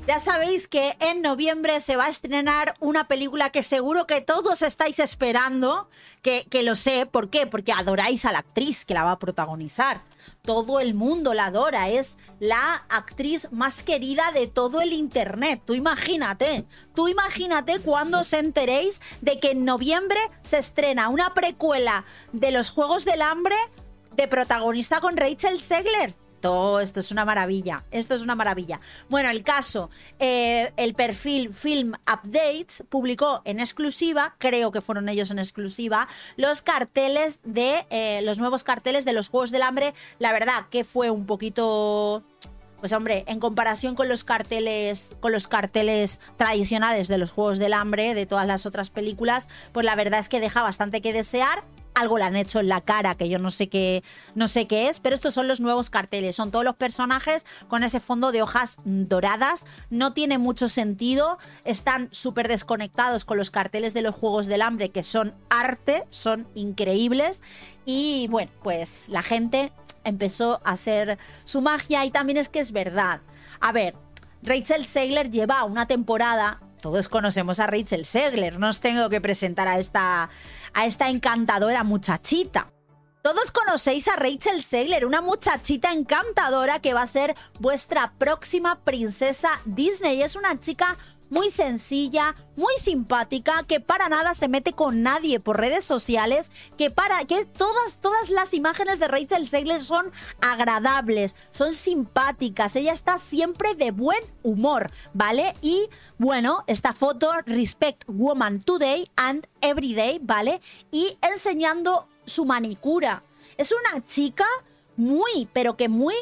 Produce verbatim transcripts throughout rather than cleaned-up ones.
Ya sabéis que en noviembre se va a estrenar una película que seguro que todos estáis esperando, que, que lo sé, ¿por qué? Porque adoráis a la actriz que la va a protagonizar. Todo el mundo la adora, es la actriz más querida de todo el internet. Tú imagínate, tú imagínate cuando os enteréis de que en noviembre se estrena una precuela de los Juegos del Hambre de protagonista con Rachel Zegler. Todo esto es una maravilla, esto es una maravilla. Bueno, el caso, eh, el perfil Film Updates publicó en exclusiva, creo que fueron ellos en exclusiva, los carteles de, eh, los nuevos carteles de los Juegos del Hambre. La verdad que fue un poquito... Pues hombre, en comparación con los carteles, con los carteles tradicionales de los Juegos del Hambre, de todas las otras películas, pues la verdad es que deja bastante que desear. Algo le han hecho en la cara que yo no sé qué, no sé qué es, pero estos son los nuevos carteles. Son todos los personajes con ese fondo de hojas doradas. No tiene mucho sentido. Están súper desconectados con los carteles de los Juegos del Hambre, que son arte, son increíbles. Y bueno, pues la gente empezó a hacer su magia. Y también es que es verdad. A ver, Rachel Zegler lleva una temporada... Todos conocemos a Rachel Zegler, no os tengo que presentar a esta, a esta encantadora muchachita. Todos conocéis a Rachel Zegler, una muchachita encantadora que va a ser vuestra próxima princesa Disney. Es una chica muy sencilla, muy simpática, que para nada se mete con nadie por redes sociales, que para que todas, todas las imágenes de Rachel Zegler son agradables, son simpáticas, ella está siempre de buen humor, ¿vale? Y bueno, esta foto, Respect Woman Today and Everyday, ¿vale? Y enseñando su manicura. Es una chica muy, pero que muy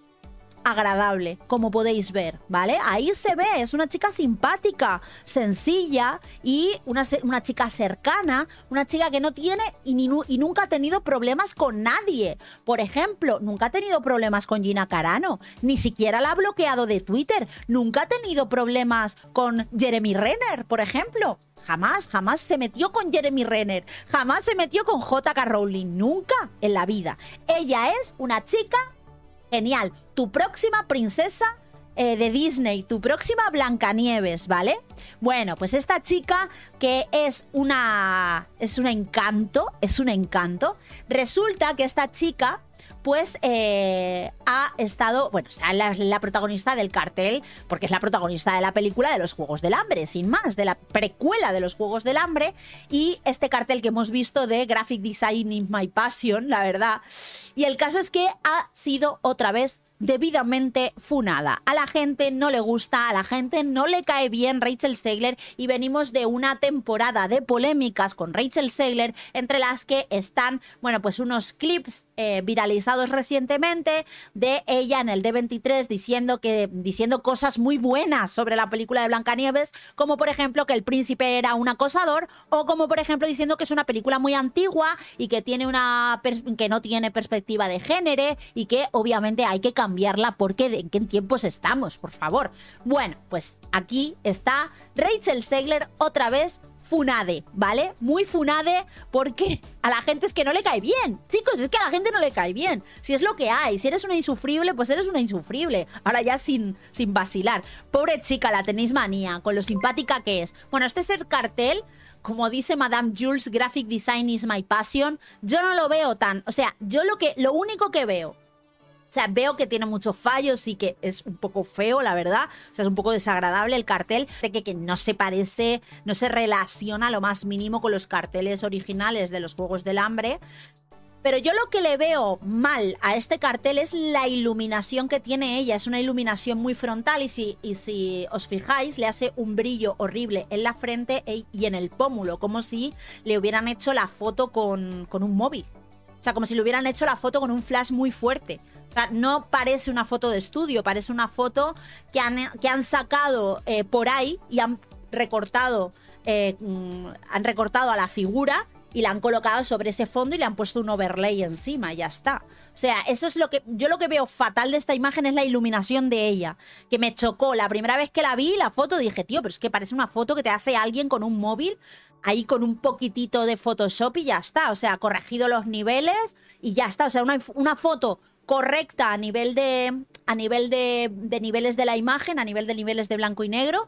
agradable, como podéis ver, ¿vale? Ahí se ve, es una chica simpática, sencilla y una, una chica cercana, una chica que no tiene y, ni, y nunca ha tenido problemas con nadie. Por ejemplo, nunca ha tenido problemas con Gina Carano, ni siquiera la ha bloqueado de Twitter, nunca ha tenido problemas con Jeremy Renner, por ejemplo. Jamás, jamás se metió con Jeremy Renner, jamás se metió con J K Rowling, nunca en la vida. Ella es una chica genial, tu próxima princesa eh, de Disney, tu próxima Blancanieves, ¿vale? Bueno, pues esta chica que es una... es un encanto, es un encanto. Resulta que esta chica pues eh, ha estado, bueno, o sea, la, la protagonista del cartel, porque es la protagonista de la película de los Juegos del Hambre, sin más, de la precuela de los Juegos del Hambre, y este cartel que hemos visto de Graphic Design is my passion, la verdad. Y el caso es que ha sido otra vez debidamente funada. A la gente no le gusta, a la gente no le cae bien Rachel Zegler, y venimos de una temporada de polémicas con Rachel Zegler, entre las que están, bueno, pues unos clips eh, viralizados recientemente de ella en el D veintitrés diciendo que diciendo cosas muy buenas sobre la película de Blancanieves, como por ejemplo que el príncipe era un acosador, o como por ejemplo diciendo que es una película muy antigua y que tiene una que no tiene perspectiva de género y que obviamente hay que cambiar cambiarla porque ¿en qué tiempos estamos? Por favor. Bueno, pues aquí está Rachel Zegler otra vez funade, ¿vale? Muy funade porque a la gente es que no le cae bien. Chicos, es que a la gente no le cae bien. Si es lo que hay, si eres una insufrible, pues eres una insufrible. Ahora ya sin, sin vacilar. Pobre chica, la tenéis manía con lo simpática que es. Bueno, este es el cartel. Como dice Madame Jules, Graphic Design is my passion. Yo no lo veo tan... O sea, yo lo que lo único que veo... O sea, veo que tiene muchos fallos y que es un poco feo, la verdad. O sea, es un poco desagradable el cartel, de que, que no se parece, no se relaciona lo más mínimo con los carteles originales de los Juegos del Hambre. Pero yo lo que le veo mal a este cartel es la iluminación que tiene ella. Es una iluminación muy frontal y si, y si os fijáis, le hace un brillo horrible en la frente y en el pómulo, como si le hubieran hecho la foto con, con un móvil. O sea, como si le hubieran hecho la foto con un flash muy fuerte. O sea, no parece una foto de estudio, parece una foto que han, que han sacado eh, por ahí y han recortado, eh, han recortado a la figura y la han colocado sobre ese fondo y le han puesto un overlay encima y ya está. O sea, eso es lo que yo lo que veo fatal de esta imagen es la iluminación de ella, que me chocó. La primera vez que la vi, la foto, dije, tío, pero es que parece una foto que te hace alguien con un móvil, ahí con un poquitito de Photoshop y ya está. O sea, corregido los niveles y ya está. O sea, una, una foto correcta a nivel de, a nivel de, de niveles de la imagen, a nivel de niveles de blanco y negro.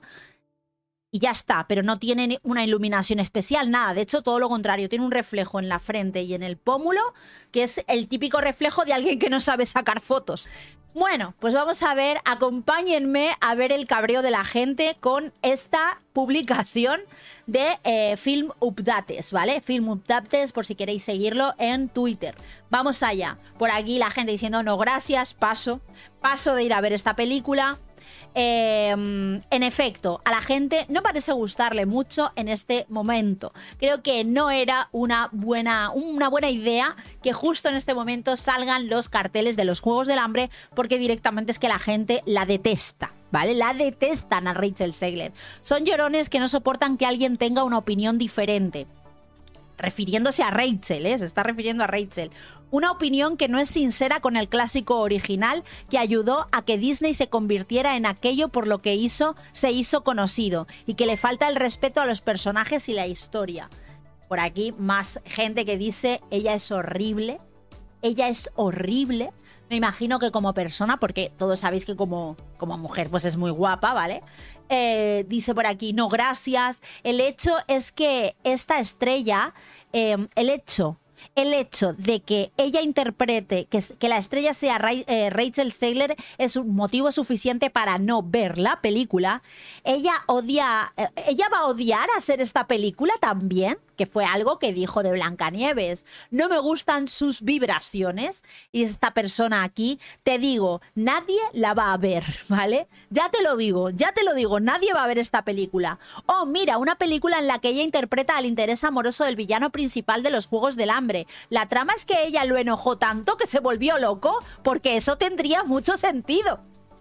Y ya está, pero no tiene una iluminación especial, nada. De hecho, todo lo contrario, tiene un reflejo en la frente y en el pómulo, que es el típico reflejo de alguien que no sabe sacar fotos. Bueno, pues vamos a ver, acompáñenme a ver el cabreo de la gente con esta publicación de eh, Film Updates, ¿vale? Film Updates, por si queréis seguirlo en Twitter. Vamos allá. Por aquí la gente diciendo, no, gracias, paso. Paso de ir a ver esta película. Eh, en efecto, a la gente no parece gustarle mucho en este momento. Creo que no era una buena, una buena idea que justo en este momento salgan los carteles de los Juegos del Hambre, porque directamente es que la gente la detesta, ¿vale? La detestan a Rachel Zegler. Son llorones que no soportan que alguien tenga una opinión diferente. Refiriéndose a Rachel, ¿eh? Se está refiriendo a Rachel. Una opinión que no es sincera con el clásico original que ayudó a que Disney se convirtiera en aquello por lo que hizo, se hizo conocido, y que le falta el respeto a los personajes y la historia. Por aquí más gente que dice, ella es horrible, ella es horrible. Me imagino que como persona, porque todos sabéis que como, como mujer pues es muy guapa, ¿vale? Eh, dice por aquí, no, gracias. El hecho es que esta estrella, eh, el hecho... El hecho de que ella interprete, que, que la estrella sea Ray, eh, Rachel Zegler, es un motivo suficiente para no ver la película. Ella odia, eh, ella va a odiar hacer esta película también, que fue algo que dijo de Blancanieves. No me gustan sus vibraciones. Y esta persona aquí, te digo, nadie la va a ver, ¿vale? Ya te lo digo, ya te lo digo, nadie va a ver esta película. Oh, mira, una película en la que ella interpreta al interés amoroso del villano principal de los Juegos del Hambre. La trama es que ella lo enojó tanto que se volvió loco, porque eso tendría mucho sentido.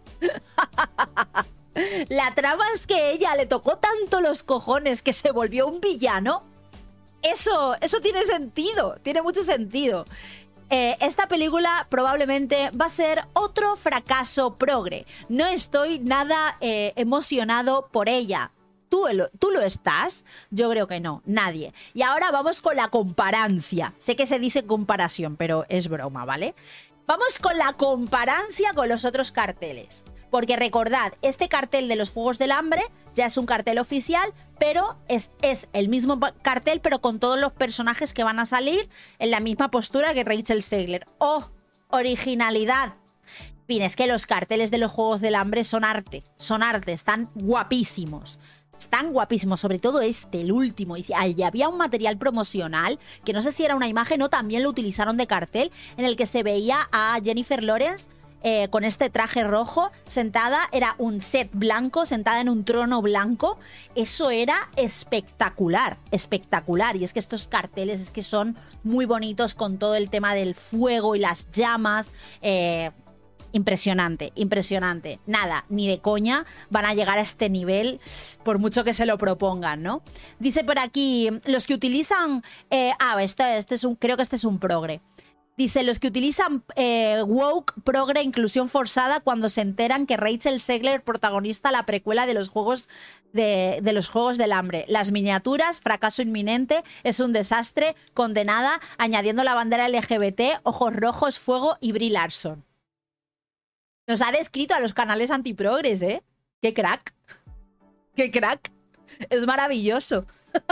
La trama es que ella le tocó tanto los cojones que se volvió un villano. Eso, eso tiene sentido, tiene mucho sentido. Eh, esta película probablemente va a ser otro fracaso progre. No estoy nada eh, emocionado por ella. ¿Tú lo, ¿Tú lo estás? Yo creo que no, nadie. Y ahora vamos con la comparancia. Sé que se dice comparación, pero es broma, ¿vale? Vamos con la comparancia con los otros carteles. Porque recordad, este cartel de los Juegos del Hambre ya es un cartel oficial, pero es, es el mismo cartel, pero con todos los personajes que van a salir en la misma postura que Rachel Zegler. ¡Oh! Originalidad. En fin, es que los carteles de los Juegos del Hambre son arte. Son arte, están guapísimos. Están guapísimos, sobre todo este, el último. Y había un material promocional, que no sé si era una imagen o también lo utilizaron de cartel, en el que se veía a Jennifer Lawrence eh, con este traje rojo, sentada, era un set blanco, sentada en un trono blanco. Eso era espectacular, espectacular. Y es que estos carteles es que son muy bonitos con todo el tema del fuego y las llamas. Eh... Impresionante, impresionante. Nada, ni de coña van a llegar a este nivel por mucho que se lo propongan, ¿no? Dice por aquí, los que utilizan... Eh, ah, este, este es un, creo que este es un progre. Dice, los que utilizan eh, woke, progre, inclusión forzada cuando se enteran que Rachel Zegler protagoniza la precuela de los juegos de, de los Juegos del Hambre. Las miniaturas, fracaso inminente, es un desastre, condenada, añadiendo la bandera L G B T, ojos rojos, fuego y Brie Larson. Nos ha descrito a los canales antiprogres, ¿eh? ¡Qué crack! ¡Qué crack! Es maravilloso.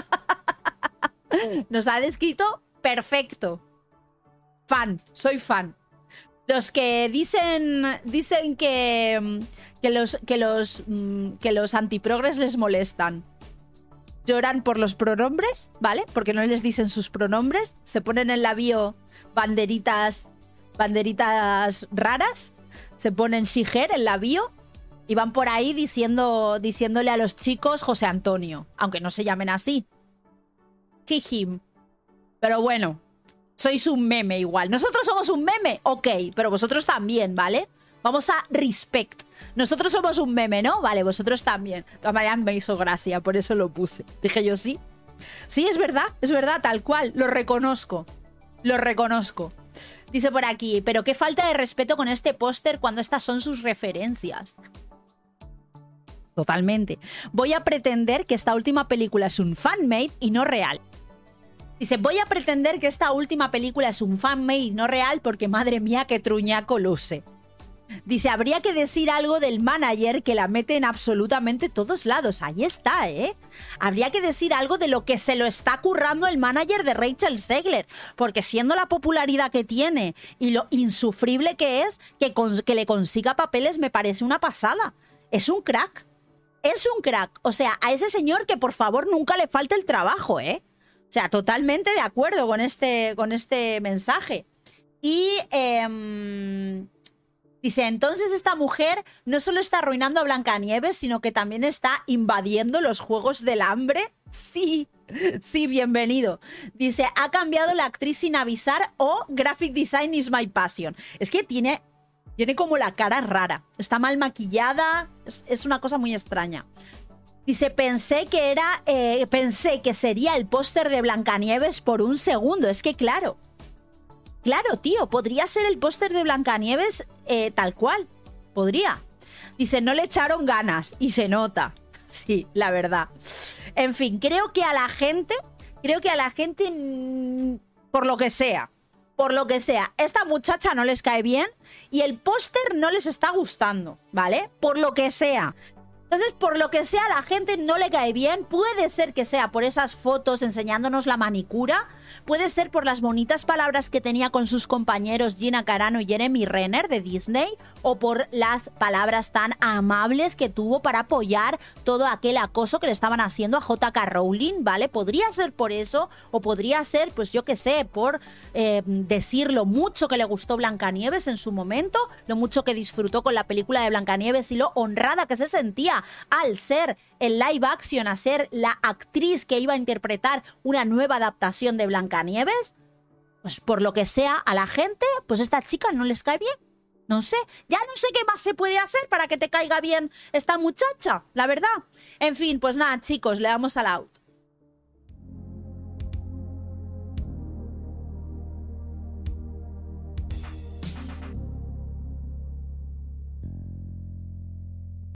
Nos ha descrito perfecto. Fan, soy fan. Los que dicen dicen que, que, los, que, los, que los antiprogres les molestan. Lloran por los pronombres, ¿vale? Porque no les dicen sus pronombres. Se ponen en la bio banderitas, banderitas raras. Se ponen Siger en la bio y van por ahí diciendo, diciéndole a los chicos José Antonio, aunque no se llamen así. Jijim. Pero bueno, sois un meme igual. Nosotros somos un meme, ok, pero vosotros también, ¿vale? Vamos a respect. Nosotros somos un meme, ¿no? Vale, vosotros también. De todas maneras me hizo gracia, por eso lo puse. Dije yo sí. Sí, es verdad, es verdad, tal cual. Lo reconozco. Lo reconozco. Dice por aquí, pero qué falta de respeto con este póster cuando estas son sus referencias. Totalmente. Voy a pretender que esta última película es un fanmade y no real. Dice, voy a pretender que esta última película es un fanmade y no real porque madre mía qué truñaco luce. Dice, habría que decir algo del manager que la mete en absolutamente todos lados. Ahí está, ¿eh? Habría que decir algo de lo que se lo está currando el manager de Rachel Zegler. Porque siendo la popularidad que tiene y lo insufrible que es, que, con, que le consiga papeles me parece una pasada. Es un crack. Es un crack. O sea, a ese señor que por favor nunca le falte el trabajo, ¿eh? O sea, totalmente de acuerdo con este, con este mensaje. Y... Eh, Dice, entonces esta mujer no solo está arruinando a Blancanieves, sino que también está invadiendo los Juegos del Hambre. Sí, sí, bienvenido. Dice, ha cambiado la actriz sin avisar o graphic design is my passion. Es que tiene, tiene como la cara rara. Está mal maquillada. Es, es una cosa muy extraña. Dice, pensé que era, eh, pensé que sería el póster de Blancanieves por un segundo. Es que claro. Claro, tío, podría ser el póster de Blancanieves eh, tal cual. Podría. Dice, no le echaron ganas. Y se nota. Sí, la verdad. En fin, creo que a la gente... Creo que a la gente... Por lo que sea. Por lo que sea. Esta muchacha no les cae bien. Y el póster no les está gustando. ¿Vale? Por lo que sea. Entonces, por lo que sea, a la gente no le cae bien. Puede ser que sea por esas fotos enseñándonos la manicura. Puede ser por las bonitas palabras que tenía con sus compañeros Gina Carano y Jeremy Renner de Disney, o por las palabras tan amables que tuvo para apoyar todo aquel acoso que le estaban haciendo a J K Rowling, ¿vale? Podría ser por eso, o podría ser, pues yo qué sé, por eh, decir lo mucho que le gustó Blancanieves en su momento, lo mucho que disfrutó con la película de Blancanieves y lo honrada que se sentía al ser el live action, a ser la actriz que iba a interpretar una nueva adaptación de Blancanieves. Pues por lo que sea, a la gente, pues esta chica no les cae bien. No sé, ya no sé qué más se puede hacer para que te caiga bien esta muchacha, la verdad. En fin, pues nada, chicos, le damos al out.